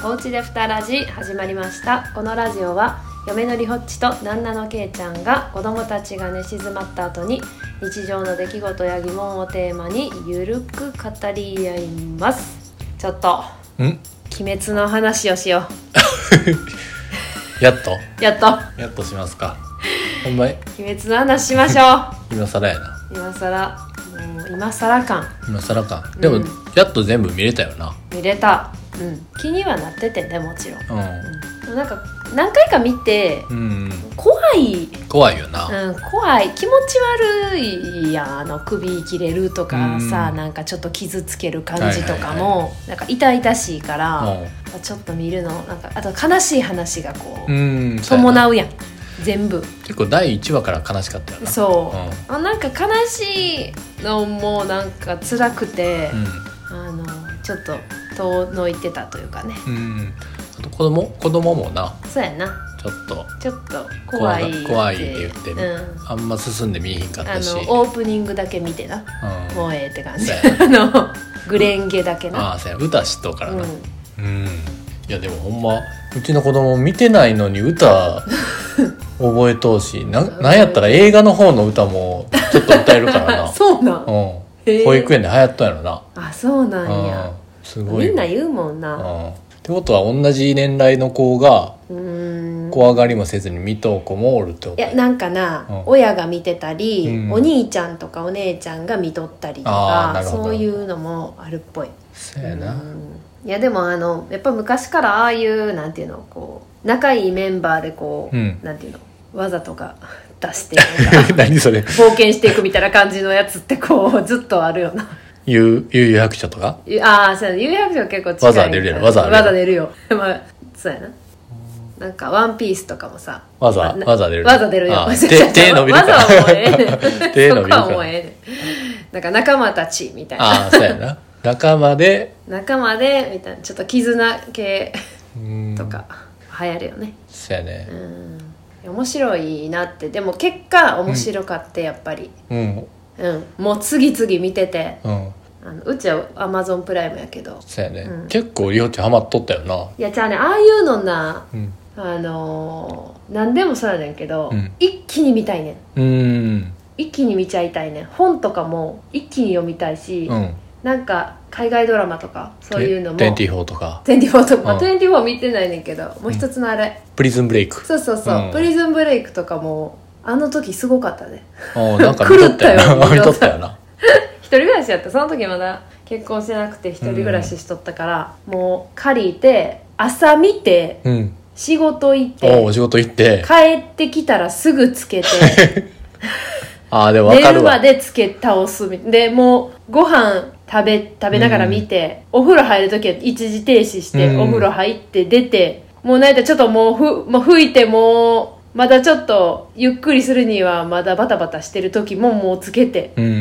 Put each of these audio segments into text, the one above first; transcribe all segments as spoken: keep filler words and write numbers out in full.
おうちでふたラジ始まりました。このラジオは嫁のりほっちと旦那のけいちゃんが子供たちが寝静まった後に日常の出来事や疑問をテーマにゆるく語り合います。ちょっとん鬼滅の話をしようやっとやっとやっとしますか。ほんまに鬼滅の話しましょう今更やな。 今更もう今更感今更か。でも、うん、やっと全部見れたよな。 見れた、うん、気にはなっててね、もちろん、 うんうん、なんか何回か見て、うん、怖い怖いよな、 うん、怖い、気持ち悪いやん。あの首切れるとかさ、うん、なんかちょっと傷つける感じとかも、はいはいはい、なんか痛々しいから、うん、ちょっと見るのなんか、あと悲しい話がこう、うん、伴うやん。全部結構だいいちわから悲しかったよな。 そう、うん、あなんか悲しいのもなんか辛くて、うん、あのちょっと遠のいてたというかね、うん、 あと子供子供もな、 そうやな、 ちょっとちょっと怖いって怖いって言ってね、うん、あんま進んで見えへんかったし、 あのオープニングだけ見てな、うん、もうええって感じあのグレンゲだけな。 ああそうや、歌知っとうからな、うん、うん、いやでもほんまうちの子供見てないのに歌覚えとうし、な、なんやったら映画の方の歌もちょっと歌えるからなそうなん、うん、 保育園で流行ったんやろな。 あ、そうなんや、うん、 すごいみんな言うもんな、 うん、ってことは同じ年代の子がうーん怖がりもせずに見とう子もおるってこと。 いやなんかな、うん、親が見てたり、うん、お兄ちゃんとかお姉ちゃんが見とったりとか、そういうのもあるっぽい。 そうやな、うん、 いやでもあのやっぱ昔からああいうなんていうの、こう仲いいメンバーでこう、うん、なんていうの、技とか出してなんか何それ冒険していくみたいな感じのやつってこうずっとあるよな。 悠々白書とか、 ああそうや、悠々白書結構近い。 技出るやろ、技技出るよまあそうやな。なんかワンピースとかもさ、 技技出る技出るよ。 手伸びるから技はもうええねん手伸びるからそこはもうええねん。なんか仲間たちみたいな。 ああそうやな、仲間で仲間でみたいな、ちょっと絆系とか流行るよね。 そうやね、 うん、面白いなって。でも結果面白かって、やっぱり、うんうん、もう次々見てて、うん、あのうちはアマゾンプライムやけど、 そうやね、うん、結構りほちゃんハマっとったよな。 いやじゃあね、ああいうのな、うん、あのー、何でもそうやねんけど、うん、一気に見たいねん。うん一気に見ちゃいたいねん。本とかも一気に読みたいし、うん、なんか海外ドラマとかそういうのもにじゅうよんとかにじゅうよんとか、うん、にじゅうよん見てないねんけど、もう一つのあれ、うん、 プリズンブレイク。 そうそうそう、うん、プリズンブレイクとかもあの時すごかったね。 おなんか見とったよな見とったよな一人暮らしやった。その時まだ結婚してなくて一人暮らししとったから、うん、もう借りて朝見て、うん、仕事行ってお仕事行って帰ってきたらすぐつけてあでも分かるわ、 寝るまでつけ倒す。でもうご飯食べ食べながら見て、うん、お風呂入るときは一時停止して、うん、お風呂入って出て、もうなんかちょっともうふもう吹いて、もうまだちょっとゆっくりするにはまだバタバタしてる時ももうつけて、うんうんうん、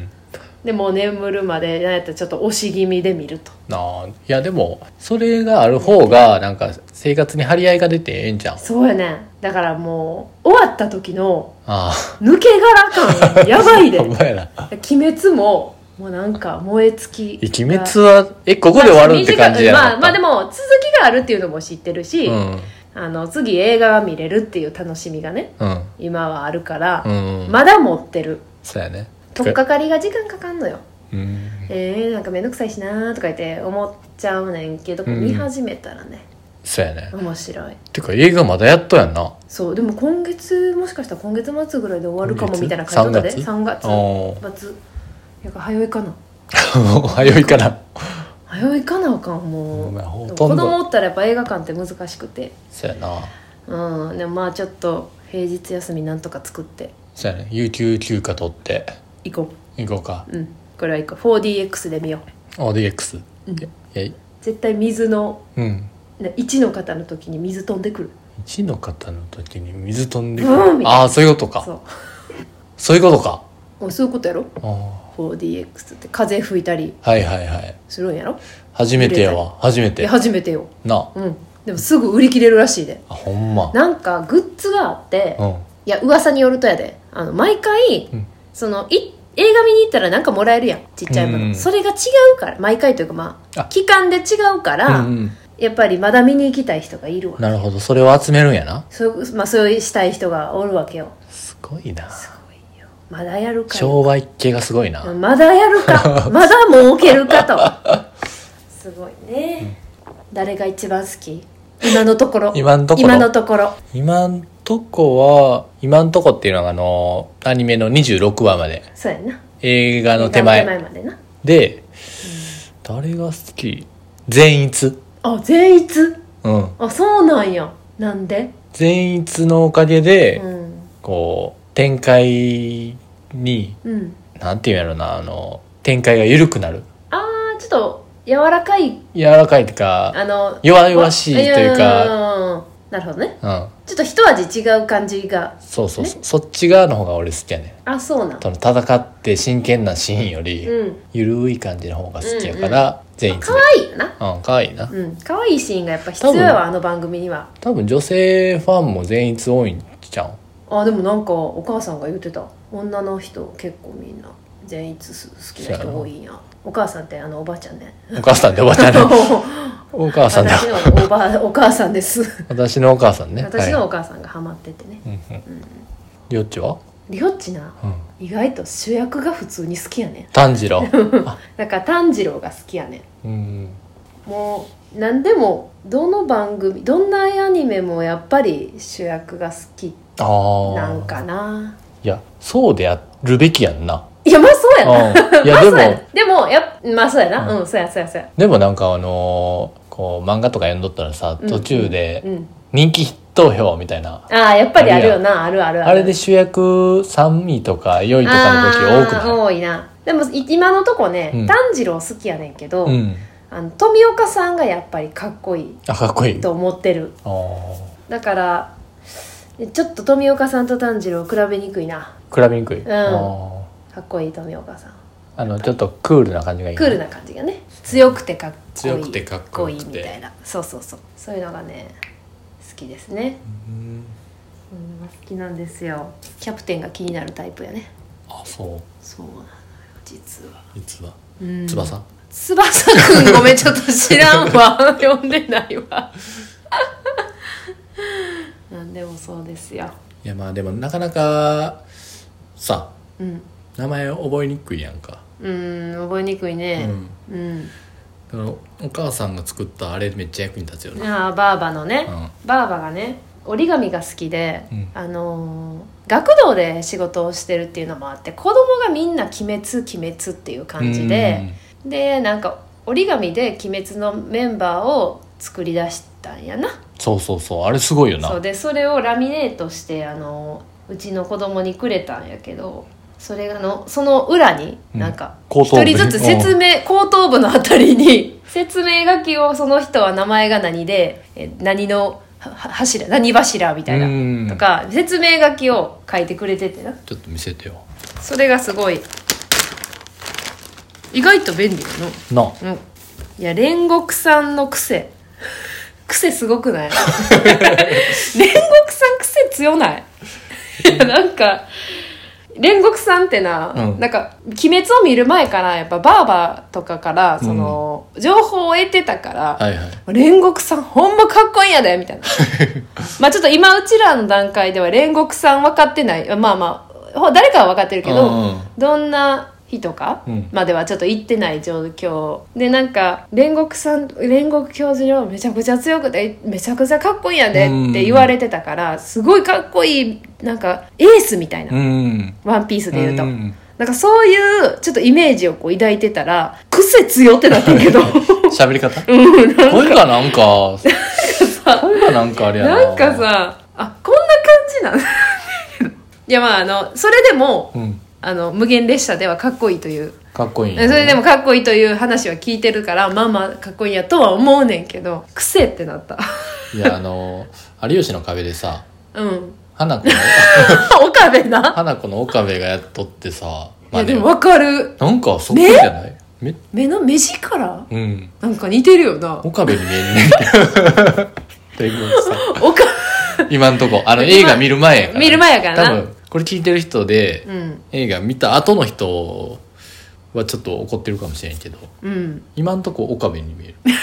でもう眠るまでなんやったらちょっと押し気味で見ると。 あいやでもそれがある方がなんか生活に張り合いが出てええんじゃん。 そうやね。だからもう終わった時の抜け殻感やばいで鬼滅ももうなんか燃え尽き。 鬼滅はえここで終わるって感じやなかった。 まあ、まあでも続きがあるっていうのも知ってるし、うん、あの次映画が見れるっていう楽しみがね、うん、今はあるから、うん、まだ持ってる。 そうやね。 取っかかりが時間かかんのよ。うん、えー、なんかめんどくさいしなとか言って思っちゃうねんけど、うん、見始めたらね、 そうやね、 面白い。 てか映画まだやっとやんな。 そうでも今月もしかしたら今月末ぐらいで終わるかもみたいな感じだったで。さんがつ末やから早いかな早いかな早いかなあかん。もう、まあ、ほとんど子供おったらやっぱ映画館って難しくて。 そうやな。うんでもまあちょっと平日休みなんとか作って、 そうやね、有給休暇取って行こう行こうか。 うんこれは行こう。 フォーディーエックス で見よう。 フォーディーエックス、うん、 絶対水の、うん、いちの方の時に水飛んでくる。 いちの方の時に水飛んでくる、うん、ああそういうことか。そうそういうことか。 そういうことやろ。フォーディーエックス って風吹いたりはいはいはいするんやろ。 初めてやわ。初めて。 いや初めてよな、 うん、でもすぐ売り切れるらしいで。 あほんま。 なんかグッズがあって、うん、いや噂によるとやで、あの毎回、うん、そのい映画見に行ったらなんかもらえるやん、ちっちゃいもの、うん、それが違うから、毎回というかまあ期間で違うから、うんうん、 やっぱりまだ見に行きたい人がいるわ。 なるほど、それを集めるんやな。 そう、まあ、そうしたい人がおるわけよ。 すごいな。 すごいよ。まだやるか。 商売系がすごいな。 まだやるか。まだ儲けるかと。すごいね、うん、誰が一番好き？今のところ。 今のところ。 今のところ。 今のとこは、今のとこっていうのがあの、アニメのにじゅうろくわまで。 そうやな。 映画の手前。 手前までな。 で、うん、誰が好き？善逸。 あ、善逸？ うん。 あ、そうなんや。なんで？ 善逸のおかげで、 うん、こう、展開に、うん、なんていうんやろな、あの、展開が緩くなる。 あー、ちょっと、柔らかい。 柔らかいというか、あの、弱々しいというか、 なるほどね。 うん。 ちょっと一味違う感じが、ね。 そうそうそう。そっち側の方が俺好きやね。 あ、そうなん。 その戦って真剣なシーンより、うん、ゆるい感じの方が好きやから、善逸。 可愛いよな。 うん、可愛いな。 うん、可愛いシーンがやっぱ必要やわ、あの番組には。 多分女性ファンも善逸多いんちゃう？ あ、でもなんかお母さんが言ってた。女の人結構みんな善逸好きな人多いんや。お母さんってあのおばあちゃんね。 お母さんっておばあちゃんね。お母さんだ。 私のおばお母さんです。 私のお母さんね。 私のお母さんがハマっててね。 うんうん。りょっちは？ りょっちな、うん、意外と主役が普通に好きやねん。 炭治郎。 だから炭治郎が好きやねん。うん。もう何でもどの番組どんなアニメもやっぱり主役が好きなんかな。 いやそうでやるべきやんな。 いやまあそうやな、うん、いやでもでもやまあそうやな、うん、うん、そうやそうやそうや。 でもなんかあのー、こう漫画とか読んどったらさ、途中で人気投票みたいな、うんうん、 ああやっぱりあるよな、あるあるある。 あれで主役さんいとかよいとかの時多くない？ 多いな。でも今のとこね、うん、炭治郎好きやねんけど、うん、あの富岡さんがやっぱりかっこいい。 あ、かっこいいと思ってる。だからちょっと富岡さんと炭治郎比べにくいな。 比べにくい、うん、 かっこいい富岡さん。 あのちょっとクールな感じがいい、ね、 クールな感じがね、強くてかっこいい、 強くてかっこいいみたいな、そうそうそう、そういうのがね好きですね。うん、うん、好きなんですよ。キャプテンが気になるタイプやね。 あ、そうそうなのよ実は。 実は、うん、翼翼くんごめんちょっと知らんわ読んでないわなんでもそうですよ。 いやまあでもなかなかさ、 うん、 名前覚えにくいやんか。 うん、覚えにくいね。うん、うん、 だからお母さんが作ったあれめっちゃ役に立つよね。 ああバーバのね、うん、バーバがね折り紙が好きで、うん、あのー、学童で仕事をしてるっていうのもあって子供がみんな鬼滅鬼滅っていう感じで、でなんか折り紙で鬼滅のメンバーを作り出したんやな。 そうそうそう、あれすごいよな。 そうでそれをラミネートしてあのうちの子供にくれたんやけど、それがのその裏になんか一人ずつ説明、後頭部のあたりに説明書きを、その人は名前が何でえ何の柱何柱みたいなとか説明書きを書いてくれててな。 ちょっと見せてよ。 それがすごい意外と便利なのな、うん、いや煉獄さんの癖癖すごくない？煉獄さん癖強ない？いやなんか煉獄さんってな、うん、なんか鬼滅を見る前からやっぱバーバーとかからその、うん、情報を得てたから、はいはい、煉獄さんほんまかっこいいんやでみたいなまあちょっと今うちらの段階では煉獄さん分かってない、まあまあ誰かは分かってるけど、うんうん、どんな日とかまではちょっと行ってない状況、うん、でなんか煉獄さん煉獄教授のめちゃくちゃ強くてめちゃくちゃかっこいいんやでって言われてたから、すごいかっこいいなんかエースみたいな、うん、ワンピースで言うと、うん、なんかそういうちょっとイメージをこう抱いてたら癖強ってなってるけど喋り方、 うん、なんか声がなんか声がなんかあれやな、 なんかさあこんな感じなんいやまああのそれでも、うん、あの無限列車ではかっこいいというかっこいい、 ね、それでもかっこいいという話は聞いてるからまあまあかっこいいやとは思うねんけど癖ってなったいやあの有吉の壁でさ、 うん花子の岡部な花子の岡部がやっとってさ、 まあね、いやでも分かる、 なんかそっくりじゃない？ 目, 目の目力、 うん、 なんか似てるよな。 岡部に見えんねんけど岡今んとこあの映画見る前やから、 見る前やからな。 多分これ聞いてる人で、うん、映画見た後の人はちょっと怒ってるかもしれんけど、うん、今んとこ岡部に見える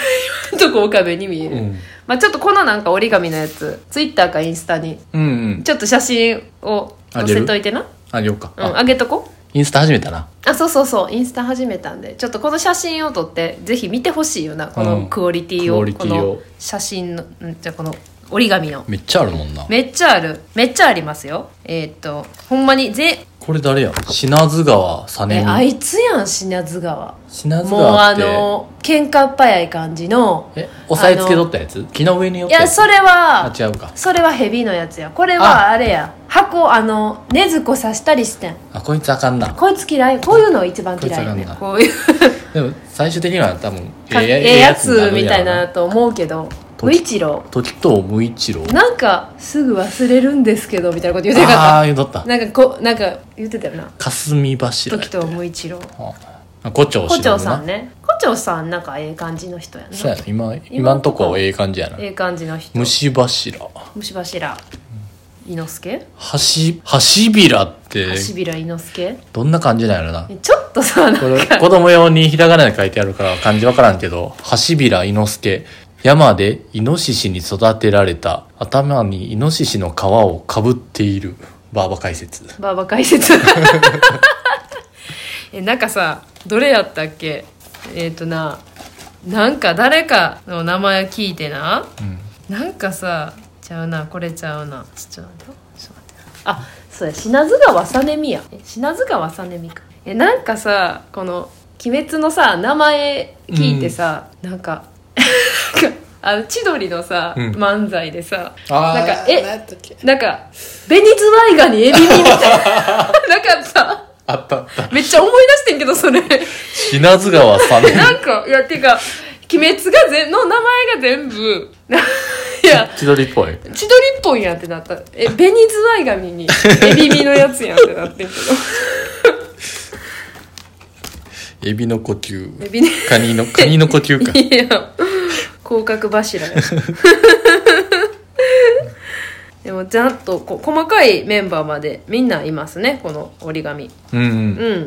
とこ岡部に見える、 うん、 まあ、ちょっとこのなんか折り紙のやつツイッターかインスタにちょっと写真を載せといてな、 あげようか、 うん、あげとこ。 インスタ始めたな。 あ、そうそうそう、インスタ始めたんでちょっとこの写真を撮ってぜひ見てほしいよな、このクオリティを、うん、この写真のじゃこの折り紙のめっちゃあるもんな。 めっちゃある、めっちゃありますよ。えー、っとほんまにぜこれ誰や、品津川さねみ。 えあいつやん、品津川。 品津もう川ってあの喧嘩っ早い感じの、 え押さえつけとったやつ、木の上によったやつ。 いやそれはあ違うか、 それはヘビのやつや。これはあれや、箱あの禰豆子刺したりしてん。 あこいつあかんな。 こいつ嫌い、こういうの一番嫌いやね。こういうでも最終的には多分えええやつみたいなと思うけど、無一郎時藤無一郎なんかすぐ忘れるんですけどみたいなこと言ってなかった。 ああ言うとった。 なんかこなんか言ってたよな、 霞柱時藤無一郎。 あ胡蝶胡蝶さんね。胡蝶さんなんかええ感じの人やな。 そうやな、今今んとこええ感じやな。 ええ感じの人。 虫柱虫柱伊之助、 はしはしびらってはしびら伊之助どんな感じなんやろな。 ちょっとさ、なんかこれ子供用にひらがなで書いてあるから漢字わからんけど、はしびら伊之助、山でイノシシに育てられた、頭にイノシシの皮をかぶっている。バーバ解説。 バーバ解説えなんかさ、どれやったっけ、えっ、ー、とななんか誰かの名前聞いてな、うん、なんかさちゃうな、これちゃうな、ちょっと待って、ちょっと待って、あ、そうや、品津川さねみや。品津川さねみか。えなんかさ、この鬼滅のさ名前聞いてさ、うん、なんかあの千鳥のさ、うん、漫才でさ、なんかえなんかベニズワイガニエビミみたいななかったあったあった、 めっちゃ思い出してんけどそれ品津川さねみなんかいやてか鬼滅がぜの名前が全部いや千鳥っぽい千鳥っぽいやんってなった。えベニズワイガニにエビミのやつやんってなってんけどエビの呼吸、 エビ、ね、 カニのカニの呼吸かいや広角柱やでもちゃんとこ細かいメンバーまでみんないますね、この折り紙。 うんうん、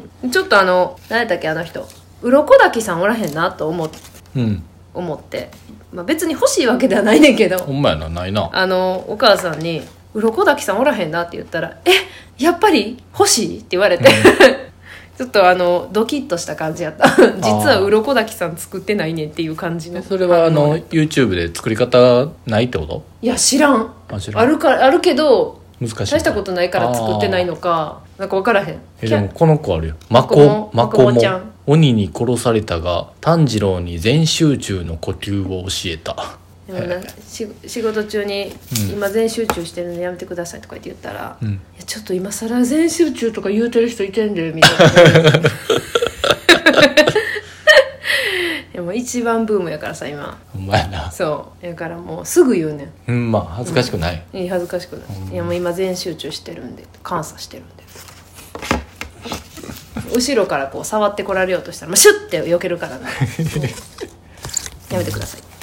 うん、ちょっとあの何やったっけ、あの人鱗滝さんおらへんなと思って、うん、思って、まあ、別に欲しいわけではないねんけど、 ほんまやな、ないな。 あのお母さんに鱗滝さんおらへんなって言ったら、えやっぱり欲しいって言われて、うんちょっとあのドキッとした感じやった実は鱗滝さん作ってないねんっていう感じの。 それはあの YouTube で作り方ないってこと？いや知らん。 あ, 知らんあるかあるけど難しい、大したことないから作ってないのかなんか分からへん。 えでもこの子あるよ、マコマコモちゃん。鬼に殺されたが炭治郎に全集中の呼吸を教えた。 でもなし仕事中に、うん、今全集中してるのやめてくださいとか言って言ったら、うん、いやちょっと今更全集中とか言うてる人いてんでみたいなでも一番ブームやからさ今。 ほんまやな。 そうやからもうすぐ言うねん。 うんまあ恥ずかしくない、 うん、いや恥ずかしくない、うん、いやもう今全集中してるんで監査してるんで後ろからこう触ってこられようとしたら、まあ、シュッて避けるからねやめてください。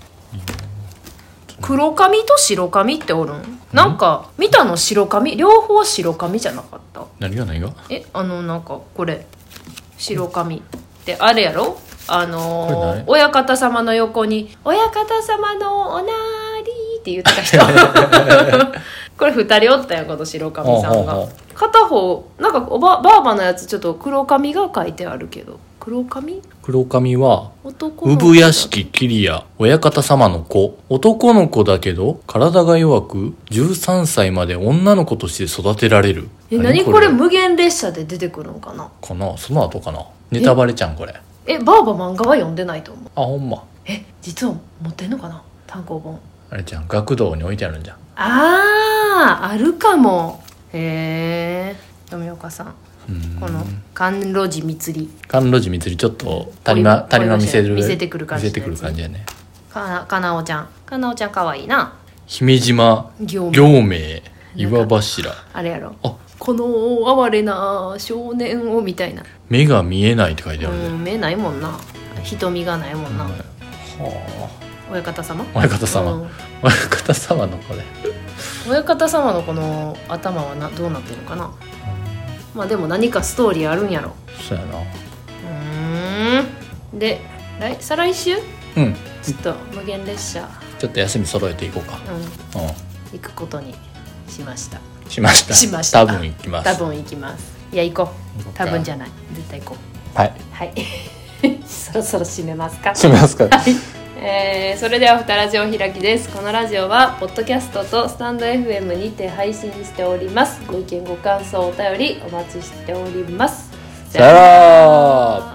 黒髪と白髪っておるん？なんか見たの白髪、両方白髪じゃなかった？ 何が何が？ えあのなんかこれ白髪ってあれやろ、あのー、親方様の横に親方様のおなーりって言ってた人これふたりおったよ、この白髪さんが。ほうほうほう。片方なんかおばバーバのやつちょっと黒髪が書いてあるけど、黒髪黒髪は産屋敷桐谷親方様の子、男の子だけど体が弱くじゅうさんさいまで女の子として育てられる。 え何これ、無限列車で出てくるんかなかな、その後かな。ネタバレちゃんこれ。 えバーバ漫画は読んでないと思う。 あほんま。 え実は持ってんのかな単行本。 あれちゃん学童に置いてあるんじゃん。 あーあるかも。へえ富岡さん、この甘露寺蜜り甘露寺蜜りちょっと谷間谷間見せる見せてくる感じ、 見せてくる感じやね。 かかなおちゃんかなおちゃんかわいいな。 姫島行明岩柱あれやろ、あこの哀れな少年をみたいな。 目が見えないって書いてあるね。 うん目ないもんな、瞳がないもんな、うん、はあ親方様親方様、うん、親方様のこれ親方様のこの頭はなどうなってるかな、うん、まあでも何かストーリーあるんやろ。 そうやな。 うーんで来再来週うんちょっと無限列車、 ちょっと休み揃えていこうか。 うん、 うん、 行くことにしました。 しましたしました多分行きます。 多分行きます。いや行こう。 行こうか多分じゃない。絶対行こう。 はい。 はい。そろそろ締めますか。 閉めますか。 はい。えー、それではふたラジオ開きです。このラジオはポッドキャストとスタンド エフエム にて配信しております。ご意見ご感想お便りお待ちしております。 さよなら。